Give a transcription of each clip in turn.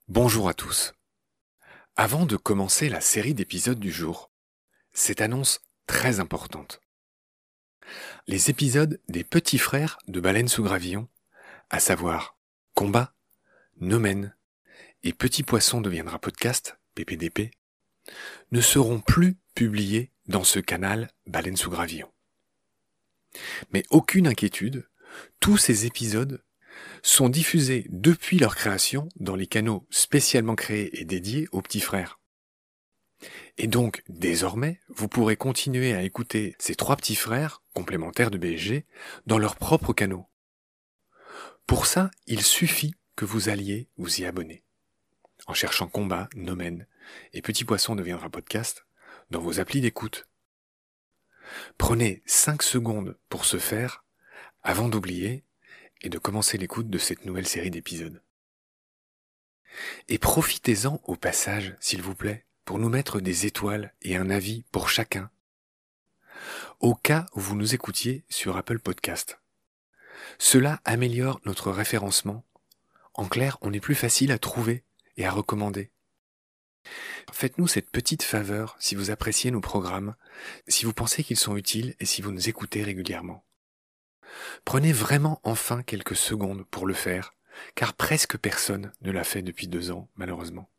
Bonjour à tous. Avant de commencer la série d'épisodes du jour, cette annonce très importante. Les épisodes des petits frères de Baleine sous Gravillon, à savoir Combat, Nomen et Petit Poisson deviendra podcast, PPDP, ne seront plus publiés dans ce canal Baleine sous Gravillon. Mais aucune inquiétude, tous ces épisodes sont diffusés depuis leur création dans les canaux spécialement créés et dédiés aux petits frères. Et donc, désormais, vous pourrez continuer à écouter ces trois petits frères, complémentaires de BSG, dans leurs propres canaux. Pour ça, il suffit que vous alliez vous y abonner. En cherchant Combat, Nomen et Petit Poisson deviendra podcast dans vos applis d'écoute. Prenez 5 secondes pour ce faire avant d'oublier et de commencer l'écoute de cette nouvelle série d'épisodes. Et profitez-en au passage, s'il vous plaît, pour nous mettre des étoiles et un avis pour chacun, au cas où vous nous écoutiez sur Apple Podcast. Cela améliore notre référencement. En clair, on est plus facile à trouver et à recommander. Faites-nous cette petite faveur si vous appréciez nos programmes, si vous pensez qu'ils sont utiles et si vous nous écoutez régulièrement. Prenez vraiment enfin quelques secondes pour le faire, car presque personne ne l'a fait depuis 2 ans, malheureusement.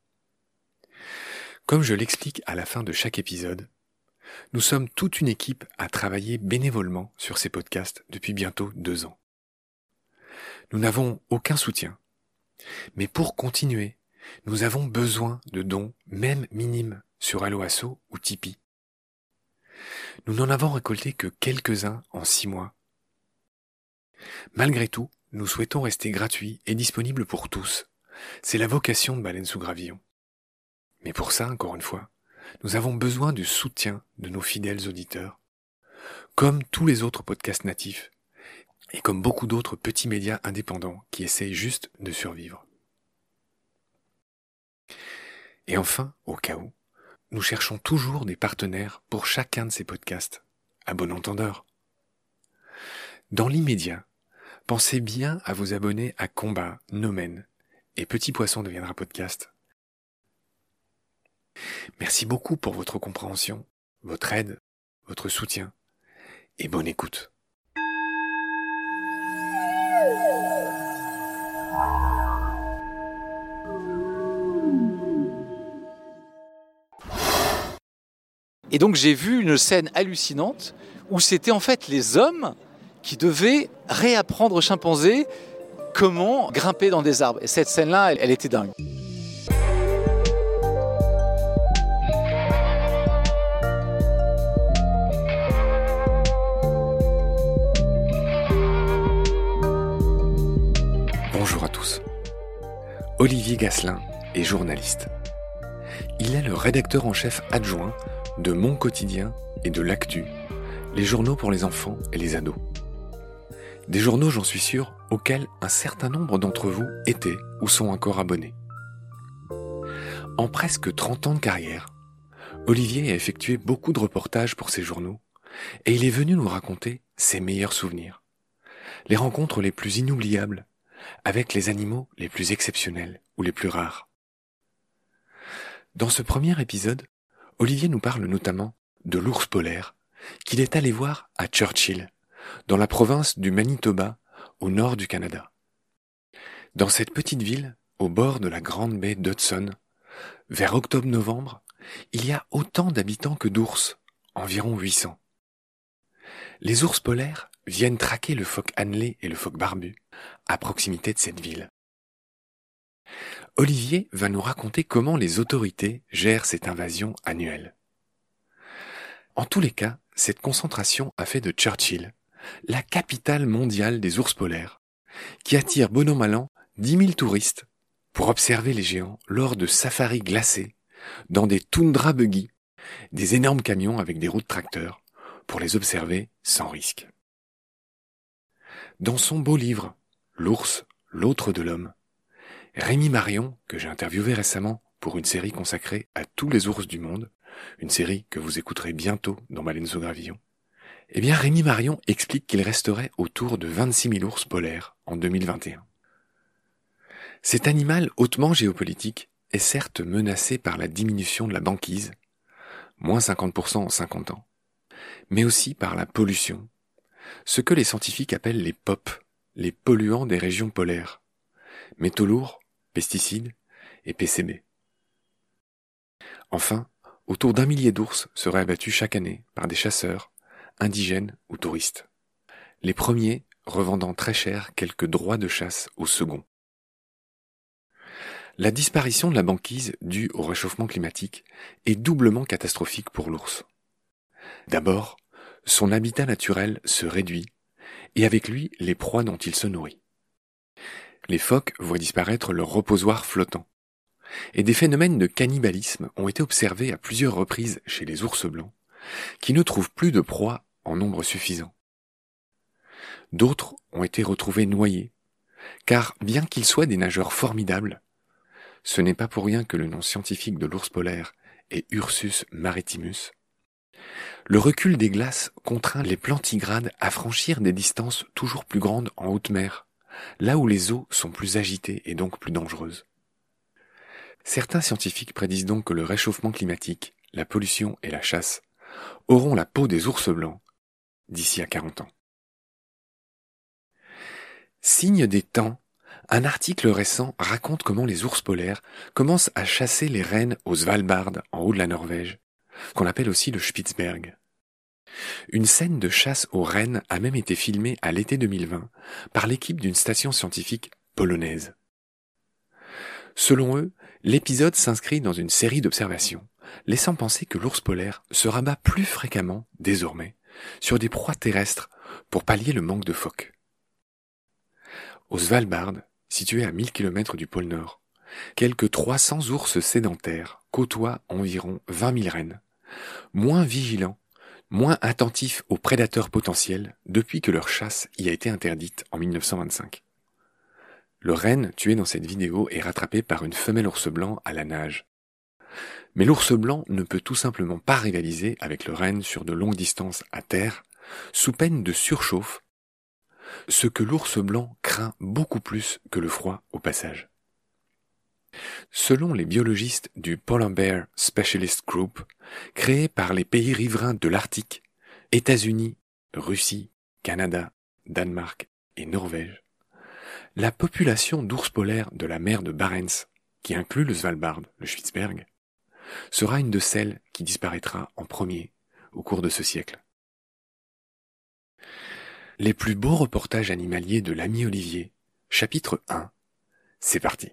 Comme je l'explique à la fin de chaque épisode, nous sommes toute une équipe à travailler bénévolement sur ces podcasts depuis bientôt 2 ans. Nous n'avons aucun soutien, mais pour continuer, nous avons besoin de dons, même minimes, sur Helloasso ou Tipeee. Nous n'en avons récolté que quelques-uns en 6 mois. Malgré tout, nous souhaitons rester gratuits et disponibles pour tous. C'est la vocation de Baleine sous Gravillon. Mais pour ça, encore une fois, nous avons besoin du soutien de nos fidèles auditeurs, comme tous les autres podcasts natifs, et comme beaucoup d'autres petits médias indépendants qui essayent juste de survivre. Et enfin, au cas où, nous cherchons toujours des partenaires pour chacun de ces podcasts, à bon entendeur. Dans l'immédiat, pensez bien à vous abonner à Combat, Nomen et Petit Poisson deviendra podcast. Merci beaucoup pour votre compréhension, votre aide, votre soutien et bonne écoute. Et donc j'ai vu une scène hallucinante où c'était en fait les hommes qui devaient réapprendre aux chimpanzés comment grimper dans des arbres. Et cette scène-là, elle était dingue. Bonjour à tous. Olivier Gasselin est journaliste. Il est le rédacteur en chef adjoint de Mon Quotidien et de L'Actu, les journaux pour les enfants et les ados. Des journaux, j'en suis sûr, auxquels un certain nombre d'entre vous étaient ou sont encore abonnés. En presque 30 ans de carrière, Olivier a effectué beaucoup de reportages pour ces journaux et il est venu nous raconter ses meilleurs souvenirs, les rencontres les plus inoubliables avec les animaux les plus exceptionnels ou les plus rares. Dans ce premier épisode, Olivier nous parle notamment de l'ours polaire qu'il est allé voir à Churchill, dans la province du Manitoba, au nord du Canada. Dans cette petite ville, au bord de la grande baie d'Hudson, vers octobre-novembre, il y a autant d'habitants que d'ours, environ 800. Les ours polaires viennent traquer le phoque annelé et le phoque barbu, à proximité de cette ville. Olivier va nous raconter comment les autorités gèrent cette invasion annuelle. En tous les cas, cette concentration a fait de Churchill la capitale mondiale des ours polaires, qui attire bon an mal an 10 000 touristes pour observer les géants lors de safaris glacés dans des toundra buggy, des énormes camions avec des roues de tracteurs, pour les observer sans risque. Dans son beau livre « L'ours, l'autre de l'homme », Rémi Marion, que j'ai interviewé récemment pour une série consacrée à tous les ours du monde, une série que vous écouterez bientôt dans Baleine sous Gravillon, eh bien Rémi Marion explique qu'il resterait autour de 26 000 ours polaires en 2021. Cet animal hautement géopolitique est certes menacé par la diminution de la banquise, moins 50% en 50 ans, mais aussi par la pollution, ce que les scientifiques appellent les POP, les polluants des régions polaires, métaux lourds, pesticides et PCB. Enfin, autour d'1 millier d'ours seraient abattus chaque année par des chasseurs, indigènes ou touristes. Les premiers revendant très cher quelques droits de chasse aux seconds. La disparition de la banquise due au réchauffement climatique est doublement catastrophique pour l'ours. D'abord, son habitat naturel se réduit, et avec lui les proies dont il se nourrit. Les phoques voient disparaître leur reposoir flottant, et des phénomènes de cannibalisme ont été observés à plusieurs reprises chez les ours blancs, qui ne trouvent plus de proies en nombre suffisant. D'autres ont été retrouvés noyés, car bien qu'ils soient des nageurs formidables, ce n'est pas pour rien que le nom scientifique de l'ours polaire est Ursus maritimus. Le recul des glaces contraint les plantigrades à franchir des distances toujours plus grandes en haute mer, là où les eaux sont plus agitées et donc plus dangereuses. Certains scientifiques prédisent donc que le réchauffement climatique, la pollution et la chasse auront la peau des ours blancs d'ici à 40 ans. Signe des temps, un article récent raconte comment les ours polaires commencent à chasser les rennes au Svalbard, en haut de la Norvège, qu'on appelle aussi le Spitzberg. Une scène de chasse aux rennes a même été filmée à l'été 2020 par l'équipe d'une station scientifique polonaise. Selon eux, l'épisode s'inscrit dans une série d'observations, laissant penser que l'ours polaire se rabat plus fréquemment, désormais, sur des proies terrestres pour pallier le manque de phoques. Au Svalbard, situé à 1000 km du pôle Nord, quelques 300 ours sédentaires côtoient environ 20 000 rennes, moins vigilants, moins attentifs aux prédateurs potentiels depuis que leur chasse y a été interdite en 1925. Le renne tué dans cette vidéo est rattrapé par une femelle ours blanc à la nage. Mais l'ours blanc ne peut tout simplement pas rivaliser avec le renne sur de longues distances à terre, sous peine de surchauffe, ce que l'ours blanc craint beaucoup plus que le froid au passage. Selon les biologistes du Polar Bear Specialist Group, créé par les pays riverains de l'Arctique, États-Unis, Russie, Canada, Danemark et Norvège, la population d'ours polaires de la mer de Barents, qui inclut le Svalbard, le Spitzberg, sera une de celles qui disparaîtra en premier au cours de ce siècle. Les plus beaux reportages animaliers de l'ami Olivier, chapitre 1. C'est parti.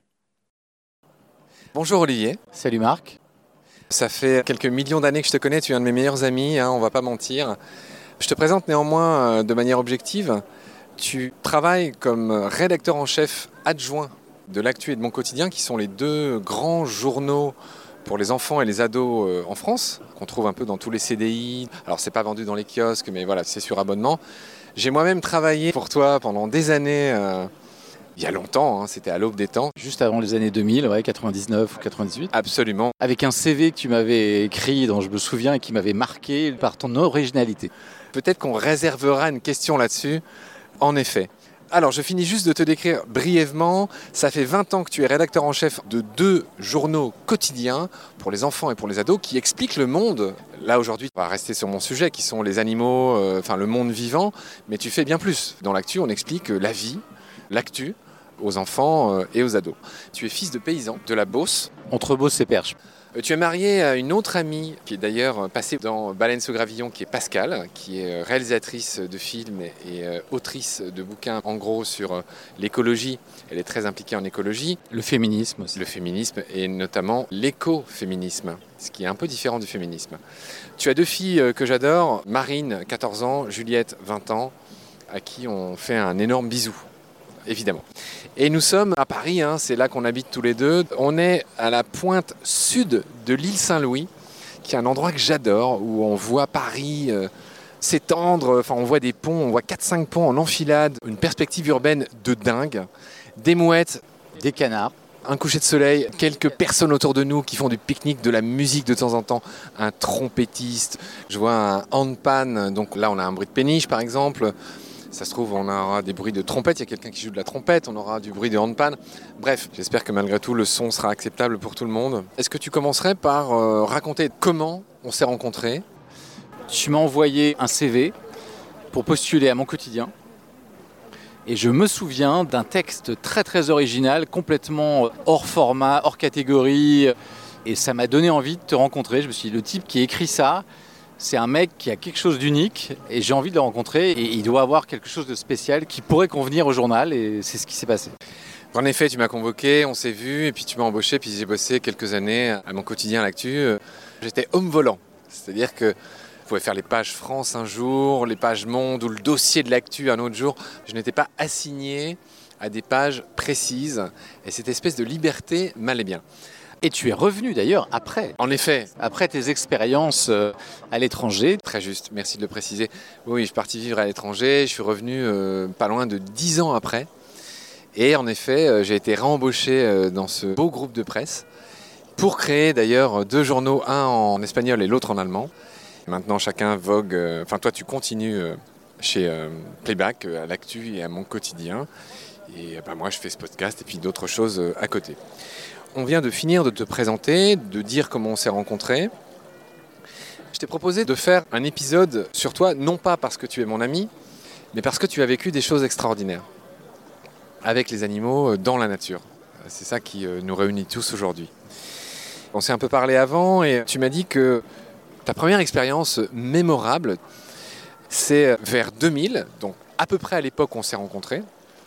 Bonjour Olivier. Salut Marc. Ça fait quelques millions d'années que je te connais, tu es un de mes meilleurs amis, on va pas mentir. Je te présente néanmoins de manière objective. Tu travailles comme rédacteur en chef adjoint de l'Actu et de Mon Quotidien, qui sont les deux grands journaux pour les enfants et les ados en France, qu'on trouve un peu dans tous les CDI. Alors c'est pas vendu dans les kiosques, mais voilà, c'est sur abonnement. J'ai moi-même travaillé pour toi pendant des années, il y a longtemps, c'était à l'aube des temps. Juste avant les années 2000, 99 ou 98. Absolument. Avec un CV que tu m'avais écrit, dont je me souviens, et qui m'avait marqué par ton originalité. Peut-être qu'on réservera une question là-dessus, en effet. Alors, je finis juste de te décrire brièvement. Ça fait 20 ans que tu es rédacteur en chef de 2 journaux quotidiens pour les enfants et pour les ados qui expliquent le monde. Là, aujourd'hui, on va rester sur mon sujet qui sont les animaux, le monde vivant. Mais tu fais bien plus. Dans l'actu, on explique la vie, l'actu aux enfants et aux ados. Tu es fils de paysan de la Beauce. Entre Beauce et Perche. Tu es marié à une autre amie qui est d'ailleurs passée dans Baleine sous gravillon, qui est Pascale, qui est réalisatrice de films et autrice de bouquins en gros sur l'écologie. Elle est très impliquée en écologie. Le féminisme aussi. Le féminisme et notamment l'écoféminisme, ce qui est un peu différent du féminisme. Tu as 2 filles que j'adore, Marine, 14 ans, Juliette, 20 ans, à qui on fait un énorme bisou. Évidemment. Et nous sommes à Paris, c'est là qu'on habite tous les deux. On est à la pointe sud de l'île Saint-Louis, qui est un endroit que j'adore, où on voit Paris s'étendre, on voit des ponts, on voit 4-5 ponts en enfilade, une perspective urbaine de dingue, des mouettes, des canards, un coucher de soleil, quelques personnes autour de nous qui font du pique-nique, de la musique de temps en temps, un trompettiste, je vois un handpan, donc là on a un bruit de péniche par exemple. Ça se trouve, on aura des bruits de trompette, il y a quelqu'un qui joue de la trompette, on aura du bruit de handpan. Bref, j'espère que malgré tout, le son sera acceptable pour tout le monde. Est-ce que tu commencerais par raconter comment on s'est rencontrés ? Tu m'as envoyé un CV pour postuler à Mon Quotidien. Et je me souviens d'un texte très très original, complètement hors format, hors catégorie. Et ça m'a donné envie de te rencontrer. Je me suis dit, le type qui écrit ça, c'est un mec qui a quelque chose d'unique et j'ai envie de le rencontrer. Et il doit avoir quelque chose de spécial qui pourrait convenir au journal et c'est ce qui s'est passé. En effet, tu m'as convoqué, on s'est vu et puis tu m'as embauché. Puis j'ai bossé quelques années à Mon Quotidien, l'actu. J'étais homme volant, c'est-à-dire que je pouvais faire les pages France un jour, les pages Monde ou le dossier de l'actu un autre jour. Je n'étais pas assigné à des pages précises et cette espèce de liberté m'allait bien. Et tu es revenu d'ailleurs après. En effet. Après tes expériences à l'étranger. Très juste, merci de le préciser. Oui, je suis parti vivre à l'étranger, je suis revenu pas loin de 10 ans après. Et en effet, j'ai été réembauché dans ce beau groupe de presse pour créer d'ailleurs 2 journaux, un en espagnol et l'autre en allemand. Maintenant, chacun vogue. Enfin, toi, tu continues chez Playback, à l'actu et à Mon Quotidien. Et moi, je fais ce podcast et puis d'autres choses à côté. On vient de finir de te présenter, de dire comment on s'est rencontrés. Je t'ai proposé de faire un épisode sur toi, non pas parce que tu es mon ami, mais parce que tu as vécu des choses extraordinaires avec les animaux dans la nature. C'est ça qui nous réunit tous aujourd'hui. On s'est un peu parlé avant et tu m'as dit que ta première expérience mémorable, c'est vers 2000, donc à peu près à l'époque où on s'est rencontrés.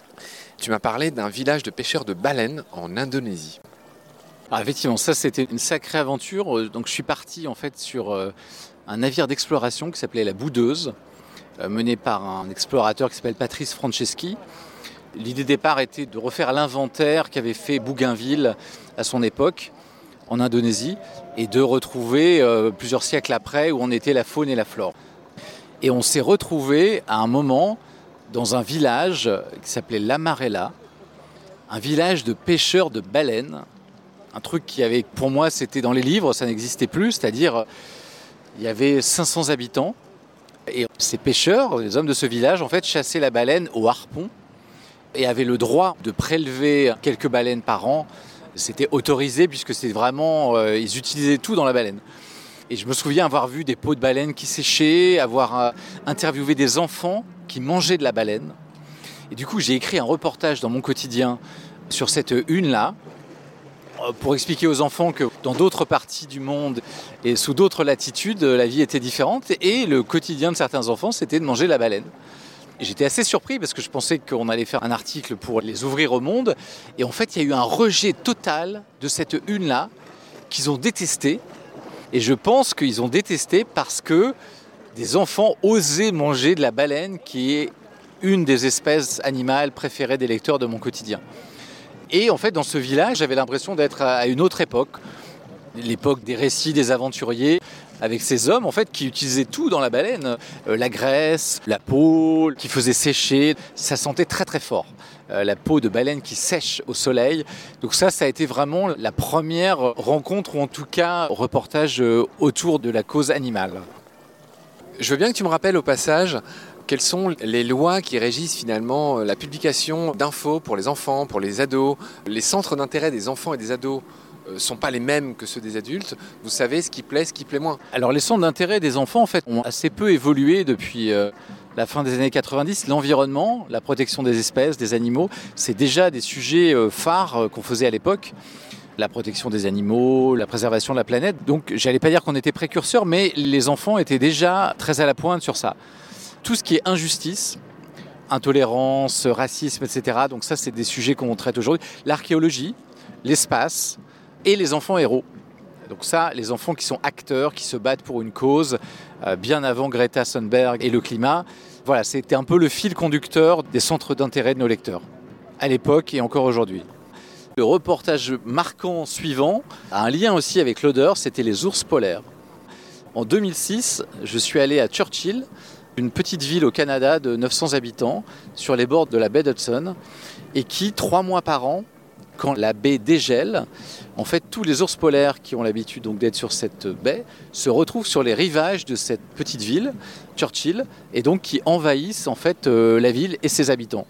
Tu m'as parlé d'un village de pêcheurs de baleines en Indonésie. Ah, effectivement, ça c'était une sacrée aventure. Donc je suis parti en fait sur un navire d'exploration qui s'appelait la Boudeuse, mené par un explorateur qui s'appelle Patrice Franceschi. L'idée de départ était de refaire l'inventaire qu'avait fait Bougainville à son époque en Indonésie et de retrouver plusieurs siècles après où en était la faune et la flore. Et on s'est retrouvés à un moment dans un village qui s'appelait Lamarella, un village de pêcheurs de baleines, un truc qui avait, pour moi, c'était dans les livres, ça n'existait plus, c'est-à-dire il y avait 500 habitants et ces pêcheurs, les hommes de ce village, en fait, chassaient la baleine au harpon et avaient le droit de prélever quelques baleines par an. C'était autorisé puisque c'était vraiment, ils utilisaient tout dans la baleine. Et je me souviens avoir vu des peaux de baleine qui séchaient, avoir interviewé des enfants qui mangeaient de la baleine. Et du coup, j'ai écrit un reportage dans Mon Quotidien sur cette une-là pour expliquer aux enfants que dans d'autres parties du monde et sous d'autres latitudes, la vie était différente. Et le quotidien de certains enfants, c'était de manger de la baleine. Et j'étais assez surpris parce que je pensais qu'on allait faire un article pour les ouvrir au monde. Et en fait, il y a eu un rejet total de cette une-là qu'ils ont détesté. Et je pense qu'ils ont détesté parce que des enfants osaient manger de la baleine, qui est une des espèces animales préférées des lecteurs de Mon Quotidien. Et en fait, dans ce village, j'avais l'impression d'être à une autre époque, l'époque des récits des aventuriers, avec ces hommes en fait qui utilisaient tout dans la baleine, la graisse, la peau, qui faisaient sécher. Ça sentait très très fort, la peau de baleine qui sèche au soleil. Donc ça a été vraiment la première rencontre, ou en tout cas reportage autour de la cause animale. Je veux bien que tu me rappelles au passage quelles sont les lois qui régissent finalement la publication d'infos pour les enfants, pour les ados. Les centres d'intérêt des enfants et des ados ne sont pas les mêmes que ceux des adultes. Vous savez ce qui plaît moins. Alors les centres d'intérêt des enfants en fait ont assez peu évolué depuis la fin des années 90. L'environnement, la protection des espèces, des animaux, c'est déjà des sujets phares qu'on faisait à l'époque. La protection des animaux, la préservation de la planète. Donc j'allais pas dire qu'on était précurseurs, mais les enfants étaient déjà très à la pointe sur ça. Tout ce qui est injustice, intolérance, racisme, etc. Donc ça, c'est des sujets qu'on traite aujourd'hui. L'archéologie, l'espace et les enfants héros. Donc ça, les enfants qui sont acteurs, qui se battent pour une cause, bien avant Greta Thunberg et le climat. Voilà, c'était un peu le fil conducteur des centres d'intérêt de nos lecteurs, à l'époque et encore aujourd'hui. Le reportage marquant suivant a un lien aussi avec l'odeur, c'était les ours polaires. En 2006, je suis allé à Churchill, une petite ville au Canada de 900 habitants, sur les bords de la baie d'Hudson, et qui, 3 mois par an, quand la baie dégèle, en fait, tous les ours polaires qui ont l'habitude donc d'être sur cette baie se retrouvent sur les rivages de cette petite ville, Churchill, et donc qui envahissent en fait la ville et ses habitants.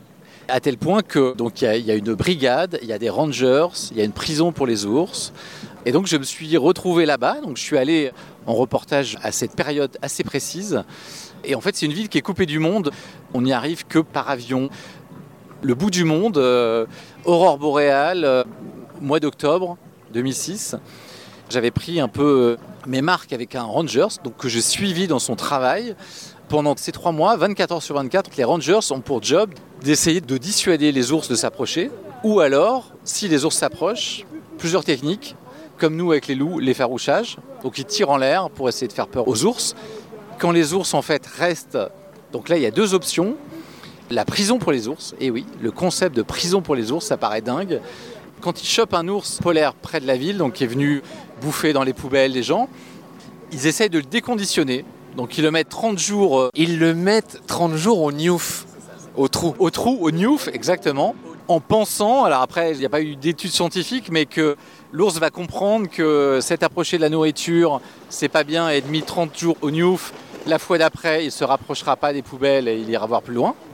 À tel point que donc il y a une brigade, il y a des rangers, il y a une prison pour les ours. Et donc je me suis retrouvé là-bas. Donc je suis allé en reportage à cette période assez précise. Et en fait c'est une ville qui est coupée du monde. On n'y arrive que par avion. Le bout du monde, aurore boréale, mois d'octobre 2006. J'avais pris un peu mes marques avec un rangers, donc que j'ai suivi dans son travail. Pendant ces 3 mois, 24 heures sur 24, les rangers ont pour job d'essayer de dissuader les ours de s'approcher. Ou alors, si les ours s'approchent, plusieurs techniques, comme nous avec les loups, l'effarouchage. Donc ils tirent en l'air pour essayer de faire peur aux ours. Quand les ours en fait restent, donc là il y a 2 options. La prison pour les ours, et oui, le concept de prison pour les ours, ça paraît dingue. Quand ils chopent un ours polaire près de la ville, donc qui est venu bouffer dans les poubelles des gens, ils essayent de le déconditionner. Donc ils le mettent 30 jours. Ils le mettent 30 jours au newf, au trou. Au trou, au newf, exactement. En pensant, alors après il n'y a pas eu d'études scientifiques, mais que l'ours va comprendre que s'être approché de la nourriture, c'est pas bien, et être mis 30 jours au newf, la fois d'après il ne se rapprochera pas des poubelles et il ira voir plus loin.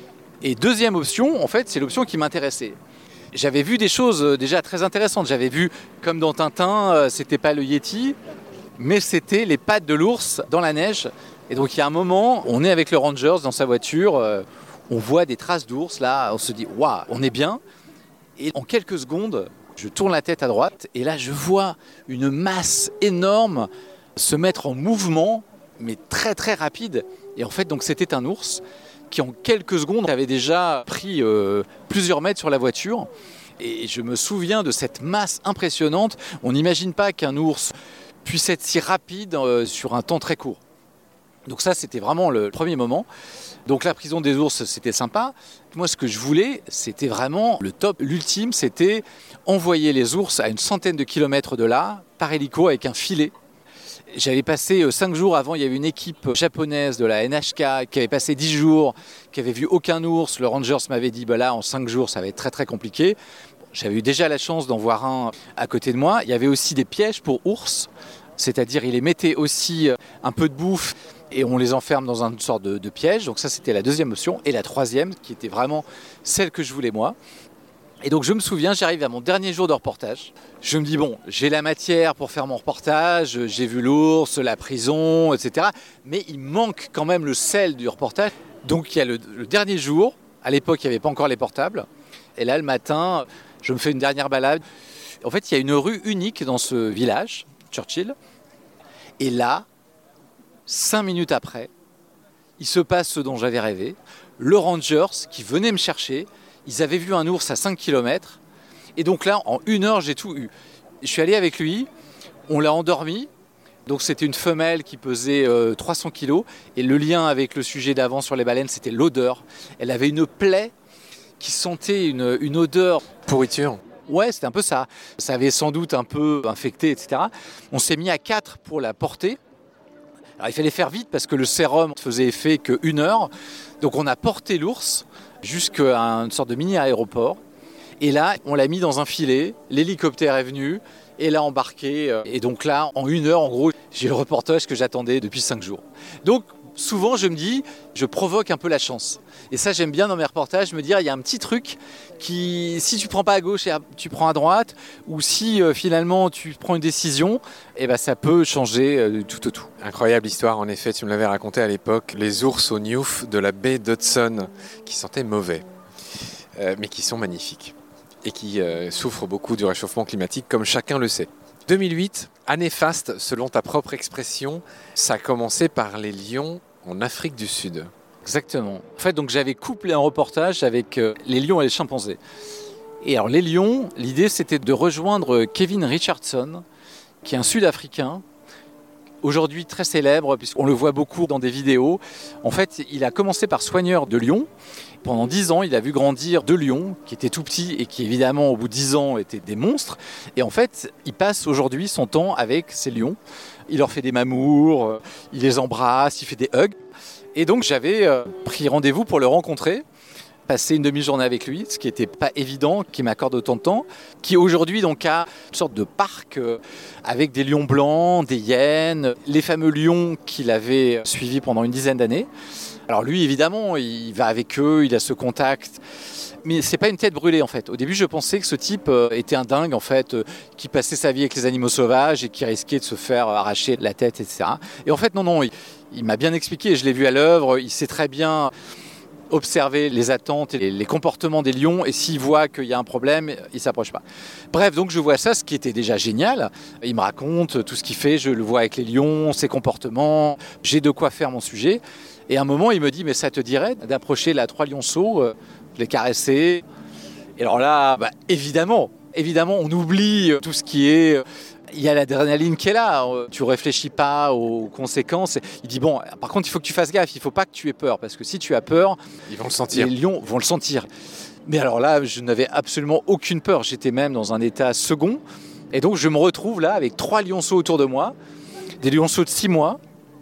Et deuxième option, en fait, c'est l'option qui m'intéressait. J'avais vu des choses déjà très intéressantes. J'avais vu, comme dans Tintin, c'était pas le Yeti, mais c'était les pattes de l'ours dans la neige. Et donc il y a un moment, on est avec le Rangers dans sa voiture, on voit des traces d'ours, là, on se dit « waouh, on est bien ». Et en quelques secondes, je tourne la tête à droite et là je vois une masse énorme se mettre en mouvement, mais très très rapide. Et en fait, donc c'était un ours qui en quelques secondes avait déjà pris plusieurs mètres sur la voiture. Et je me souviens de cette masse impressionnante. On n'imagine pas qu'un ours puisse être si rapide sur un temps très court. Donc ça, c'était vraiment le premier moment. Donc la prison des ours, c'était sympa. Moi, ce que je voulais, c'était vraiment le top. L'ultime, c'était envoyer les ours à une centaine de kilomètres de là, par hélico, avec un filet. J'avais passé 5 jours avant, il y avait une équipe japonaise de la NHK qui avait passé 10 jours, qui avait vu aucun ours. Le Rangers m'avait dit, là, en 5 jours, ça va être très très compliqué. J'avais eu déjà la chance d'en voir un à côté de moi. Il y avait aussi des pièges pour ours, c'est-à-dire il les mettait aussi un peu de bouffe et on les enferme dans une sorte de piège. Donc ça, c'était la deuxième option. Et la troisième, qui était vraiment celle que je voulais moi. Et donc je me souviens, j'arrive à mon dernier jour de reportage. Je me dis, bon, j'ai la matière pour faire mon reportage, j'ai vu l'ours, la prison, etc. Mais il manque quand même le sel du reportage. Donc il y a le dernier jour, à l'époque il n'y avait pas encore les portables. Et là le matin, je me fais une dernière balade. En fait, il y a une rue unique dans ce village, Churchill. Et là, 5 minutes après, il se passe ce dont j'avais rêvé. Le Rangers qui venait me chercher, ils avaient vu un ours à 5 km. Et donc là, en 1 heure, j'ai tout eu. Je suis allé avec lui, on l'a endormi. Donc c'était une femelle qui pesait 300 kg. Et le lien avec le sujet d'avant sur les baleines, c'était l'odeur. Elle avait une plaie qui sentait une odeur. Pourriture. Ouais, c'était un peu ça. Ça avait sans doute un peu infecté, etc. On s'est mis à 4 pour la porter. Alors il fallait faire vite parce que le sérum faisait effet que 1 heure. Donc on a porté l'ours jusqu'à une sorte de mini-aéroport. Et là, on l'a mis dans un filet, l'hélicoptère est venu et l'a embarqué. Et donc là, en 1 heure, en gros, j'ai le reportage que j'attendais depuis 5 jours. Donc souvent, je me dis, je provoque un peu la chance. Et ça, j'aime bien dans mes reportages, me dire, il y a un petit truc qui, si tu prends pas à gauche, tu prends à droite, ou si finalement tu prends une décision, eh ben, ça peut changer tout au tout. Incroyable histoire, en effet, tu me l'avais raconté à l'époque, les ours au newf de la baie d'Hudson, qui sentaient mauvais, mais qui sont magnifiques, et qui souffrent beaucoup du réchauffement climatique, comme chacun le sait. 2008, année faste, selon ta propre expression, ça a commencé par les lions en Afrique du Sud. Exactement. En fait, donc j'avais couplé un reportage avec les lions et les chimpanzés. Et alors les lions, l'idée c'était de rejoindre Kevin Richardson, qui est un Sud-Africain, aujourd'hui très célèbre puisqu'on le voit beaucoup dans des vidéos. En fait, il a commencé par soigneur de lions. Pendant 10 ans, il a vu grandir 2 lions qui étaient tout petits et qui évidemment au bout de 10 ans étaient des monstres. Et en fait, il passe aujourd'hui son temps avec ces lions. Il leur fait des mamours, il les embrasse, il fait des hugs. Et donc j'avais pris rendez-vous pour le rencontrer. passer une demi-journée avec lui, ce qui n'était pas évident, qui m'accorde autant de temps, qui aujourd'hui donc a une sorte de parc avec des lions blancs, des hyènes, les fameux lions qu'il avait suivis pendant une dizaine d'années. Alors lui, évidemment, il va avec eux, il a ce contact, mais c'est pas une tête brûlée en fait. Au début, je pensais que ce type était un dingue en fait, qui passait sa vie avec les animaux sauvages et qui risquait de se faire arracher la tête, etc. Et en fait, non, il m'a bien expliqué, je l'ai vu à l'œuvre, il sait très bien observer les attentes et les comportements des lions, et s'il voit qu'il y a un problème, il ne s'approche pas. Bref, donc je vois ça, ce qui était déjà génial. Il me raconte tout ce qu'il fait, je le vois avec les lions, ses comportements, j'ai de quoi faire mon sujet. Et à un moment, il me dit, mais ça te dirait d'approcher la 3 lionceaux, de les caresser. Et alors là, évidemment, on oublie tout ce qui est... Il y a l'adrénaline qui est là, tu réfléchis pas aux conséquences. Il dit bon, par contre il faut que tu fasses gaffe, il faut pas que tu aies peur, parce que si tu as peur, ils vont le sentir. Les lions vont le sentir. Mais alors là, je n'avais absolument aucune peur, j'étais même dans un état second. Et donc je me retrouve là avec 3 lionceaux autour de moi, des lionceaux de 6 mois.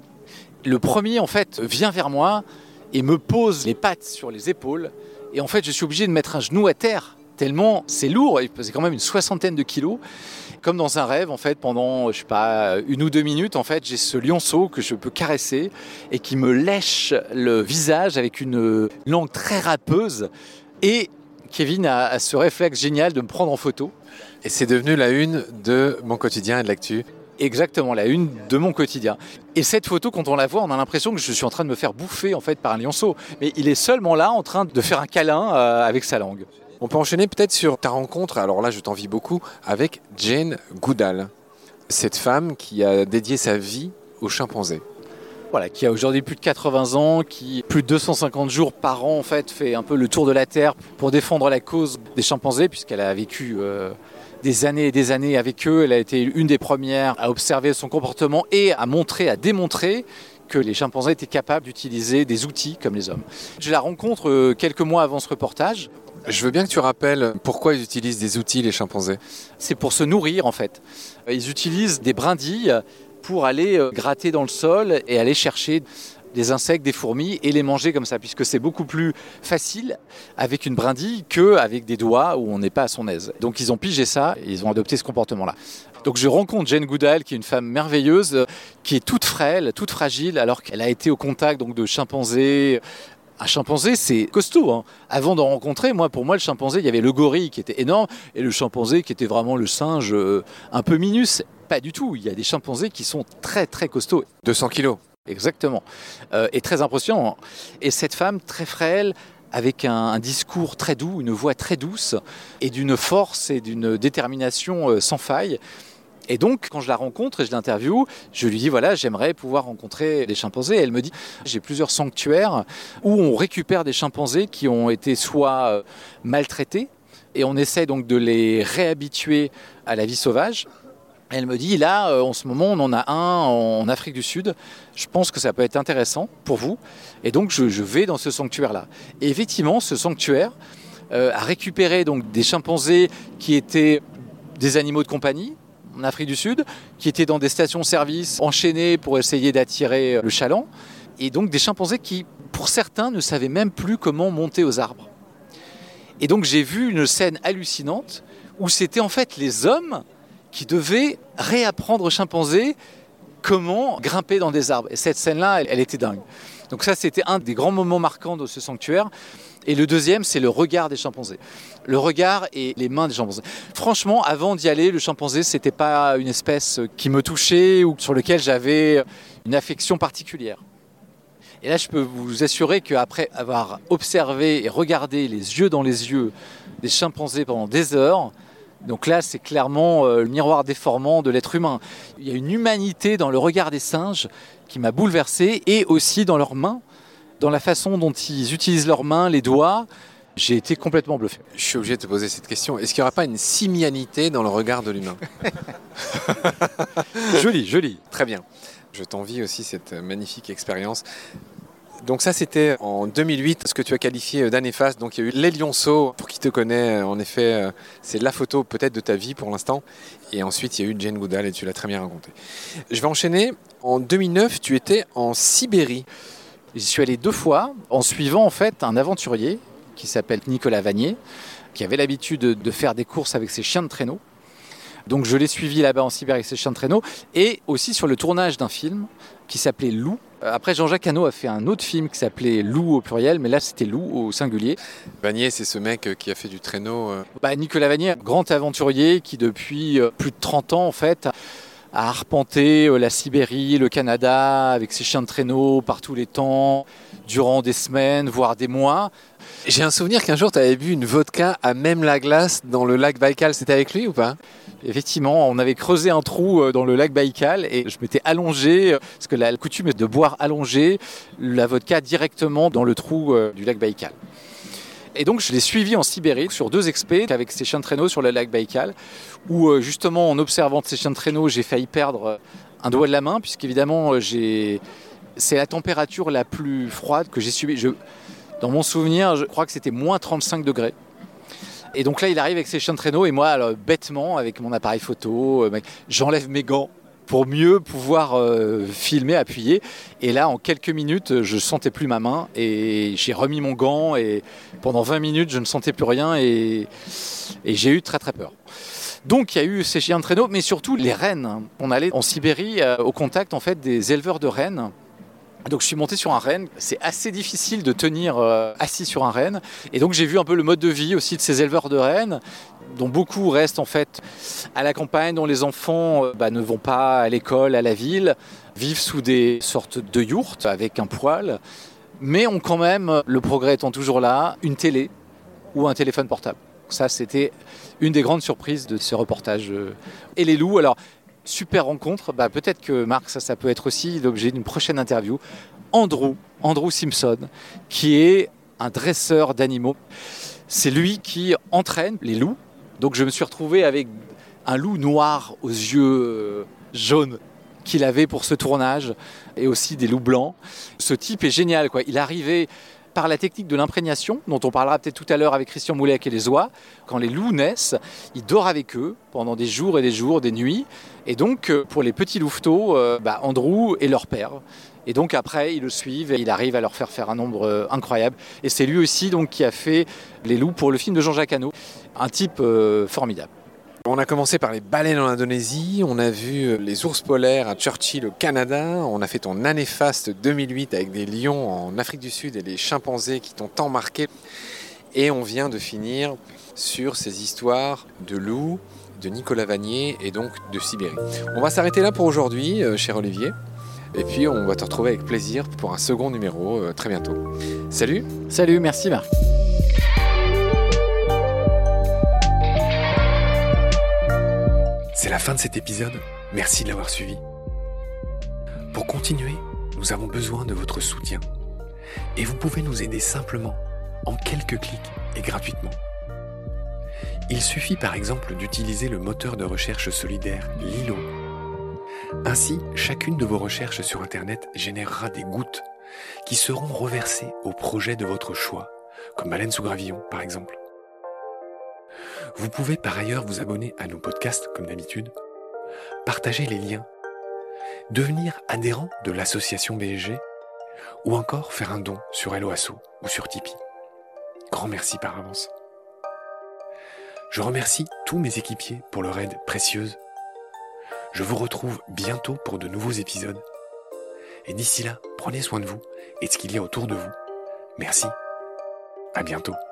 Le premier en fait vient vers moi et me pose les pattes sur les épaules. Et en fait je suis obligé de mettre un genou à terre, tellement c'est lourd, il pesait quand même une 60aine de kilos. Comme dans un rêve, en fait, pendant, 1 ou 2 minutes, en fait, j'ai ce lionceau que je peux caresser et qui me lèche le visage avec une langue très râpeuse. Et Kevin a ce réflexe génial de me prendre en photo. Et c'est devenu la une de Mon Quotidien et de l'actu. Exactement, la une de Mon Quotidien. Et cette photo, quand on la voit, on a l'impression que je suis en train de me faire bouffer, en fait, par un lionceau. Mais il est seulement là, en train de faire un câlin avec sa langue. On peut enchaîner peut-être sur ta rencontre, alors là je t'envie beaucoup, avec Jane Goodall, cette femme qui a dédié sa vie aux chimpanzés. Voilà, qui a aujourd'hui plus de 80 ans, qui plus de 250 jours par an en fait fait un peu le tour de la Terre pour défendre la cause des chimpanzés, puisqu'elle a vécu des années et des années avec eux. Elle a été une des premières à observer son comportement et à démontrer que les chimpanzés étaient capables d'utiliser des outils comme les hommes. Je la rencontre quelques mois avant ce reportage. Je veux bien que tu rappelles pourquoi ils utilisent des outils, les chimpanzés. C'est pour se nourrir en fait. Ils utilisent des brindilles pour aller gratter dans le sol et aller chercher des insectes, des fourmis et les manger comme ça, puisque c'est beaucoup plus facile avec une brindille qu'avec des doigts où on n'est pas à son aise. Donc ils ont pigé ça et ils ont adopté ce comportement-là. Donc je rencontre Jane Goodall, qui est une femme merveilleuse, qui est toute frêle, toute fragile, alors qu'elle a été au contact donc, de chimpanzés. Un chimpanzé, c'est costaud. Hein. Avant d'en rencontrer, pour moi, le chimpanzé, il y avait le gorille qui était énorme et le chimpanzé qui était vraiment le singe un peu minus. Pas du tout. Il y a des chimpanzés qui sont très, très costauds. 200 kilos. Exactement. Et très impressionnant. Et cette femme, très frêle, avec un discours très doux, une voix très douce et d'une force et d'une détermination sans faille. Et donc, quand je la rencontre et je l'interviewe, je lui dis, voilà, j'aimerais pouvoir rencontrer des chimpanzés. Et elle me dit, j'ai plusieurs sanctuaires où on récupère des chimpanzés qui ont été soit maltraités, et on essaie donc de les réhabituer à la vie sauvage. Et elle me dit, là, en ce moment, on en a un en Afrique du Sud. Je pense que ça peut être intéressant pour vous. Et donc, je vais dans ce sanctuaire-là. Et effectivement, ce sanctuaire a récupéré donc, des chimpanzés qui étaient des animaux de compagnie, en Afrique du Sud, qui étaient dans des stations-service enchaînées pour essayer d'attirer le chaland, et donc des chimpanzés qui, pour certains, ne savaient même plus comment monter aux arbres. Et donc j'ai vu une scène hallucinante où c'était en fait les hommes qui devaient réapprendre aux chimpanzés comment grimper dans des arbres. Et cette scène-là, elle était dingue. Donc ça, c'était un des grands moments marquants de ce sanctuaire. Et le deuxième, c'est le regard des chimpanzés. Le regard et les mains des chimpanzés. Franchement, avant d'y aller, le chimpanzé, c'était pas une espèce qui me touchait ou sur lequel j'avais une affection particulière. Et là, je peux vous assurer qu'après avoir observé et regardé les yeux dans les yeux des chimpanzés pendant des heures, donc là, c'est clairement le miroir déformant de l'être humain. Il y a une humanité dans le regard des singes qui m'a bouleversé, et aussi dans leurs mains, dans la façon dont ils utilisent leurs mains, les doigts. J'ai été complètement bluffé. Je suis obligé de te poser cette question. Est-ce qu'il n'y aura pas une simianité dans le regard de l'humain ? Joli. Très bien. Je t'envie aussi cette magnifique expérience. Donc ça, c'était en 2008, ce que tu as qualifié d'annéfaste. Donc il y a eu les lionceaux, pour qui te connaît, en effet, c'est la photo peut-être de ta vie pour l'instant. Et ensuite, il y a eu Jane Goodall et tu l'as très bien raconté. Je vais enchaîner. En 2009, tu étais en Sibérie. J'y suis allé 2 fois en suivant en fait un aventurier qui s'appelle Nicolas Vanier, qui avait l'habitude de faire des courses avec ses chiens de traîneau. Donc je l'ai suivi là-bas en Sibérie avec ses chiens de traîneau, et aussi sur le tournage d'un film qui s'appelait Loup. Après, Jean-Jacques Hano a fait un autre film qui s'appelait Loup au pluriel, mais là c'était Loup au singulier. Vanier, c'est ce mec qui a fait du traîneau. Nicolas Vanier, grand aventurier qui depuis plus de 30 ans en fait a arpenté la Sibérie, le Canada avec ses chiens de traîneau par tous les temps, durant des semaines, voire des mois. J'ai un souvenir qu'un jour tu avais bu une vodka à même la glace dans le lac Baïkal, c'était avec lui ou pas ? Effectivement, on avait creusé un trou dans le lac Baïkal et je m'étais allongé, parce que la coutume est de boire allongé la vodka directement dans le trou du lac Baïkal. Et donc je l'ai suivi en Sibérie sur 2 expés avec ses chiens de traîneau sur le lac Baïkal, où justement en observant ces chiens de traîneau, j'ai failli perdre un doigt de la main, puisqu'évidemment c'est la température la plus froide que j'ai subie. Dans mon souvenir, je crois que c'était moins 35 degrés. Et donc là, il arrive avec ses chiens de traîneau et moi, alors, bêtement, avec mon appareil photo, j'enlève mes gants pour mieux pouvoir filmer, appuyer. Et là, en quelques minutes, je ne sentais plus ma main et j'ai remis mon gant et pendant 20 minutes, je ne sentais plus rien et j'ai eu très très peur. Donc il y a eu ces chiens de traîneau, mais surtout les rennes. On allait en Sibérie au contact en fait des éleveurs de rennes. Donc je suis monté sur un renne, c'est assez difficile de tenir assis sur un renne. Et donc j'ai vu un peu le mode de vie aussi de ces éleveurs de rennes, dont beaucoup restent en fait à la campagne, dont les enfants ne vont pas à l'école, à la ville, vivent sous des sortes de yourtes avec un poêle, mais ont quand même, le progrès étant toujours là, une télé ou un téléphone portable. Ça c'était une des grandes surprises de ce reportage. Et les loups, alors... Super rencontre, peut-être que Marc, ça peut être aussi l'objet d'une prochaine interview. Andrew Simpson, qui est un dresseur d'animaux. C'est lui qui entraîne les loups. Donc je me suis retrouvé avec un loup noir aux yeux jaunes qu'il avait pour ce tournage, et aussi des loups blancs. Ce type est génial, quoi. Il arrivait par la technique de l'imprégnation, dont on parlera peut-être tout à l'heure avec Christian Moulec et les oies. Quand les loups naissent, il dort avec eux pendant des jours et des jours, des nuits. Et donc, pour les petits louveteaux, Andrew est leur père. Et donc après, ils le suivent et il arrive à leur faire un nombre incroyable. Et c'est lui aussi donc, qui a fait les loups pour le film de Jean-Jacques Hano. Un type formidable. On a commencé par les baleines en Indonésie, on a vu les ours polaires à Churchill au Canada, on a fait ton année faste 2008 avec des lions en Afrique du Sud et les chimpanzés qui t'ont tant marqué. Et on vient de finir sur ces histoires de loups, de Nicolas Vanier et donc de Sibérie. On va s'arrêter là pour aujourd'hui, cher Olivier. Et puis on va te retrouver avec plaisir pour un second numéro très bientôt. Salut. Salut, merci Marc. C'est la fin de cet épisode, merci de l'avoir suivi. Pour continuer, nous avons besoin de votre soutien. Et vous pouvez nous aider simplement, en quelques clics et gratuitement. Il suffit par exemple d'utiliser le moteur de recherche solidaire Lilo. Ainsi, chacune de vos recherches sur Internet générera des gouttes qui seront reversées au projet de votre choix, comme Baleine sous gravillon par exemple. Vous pouvez par ailleurs vous abonner à nos podcasts comme d'habitude, partager les liens, devenir adhérent de l'association BSG ou encore faire un don sur Helloasso ou sur Tipeee. Grand merci par avance. Je remercie tous mes équipiers pour leur aide précieuse. Je vous retrouve bientôt pour de nouveaux épisodes. Et d'ici là, prenez soin de vous et de ce qu'il y a autour de vous. Merci. À bientôt.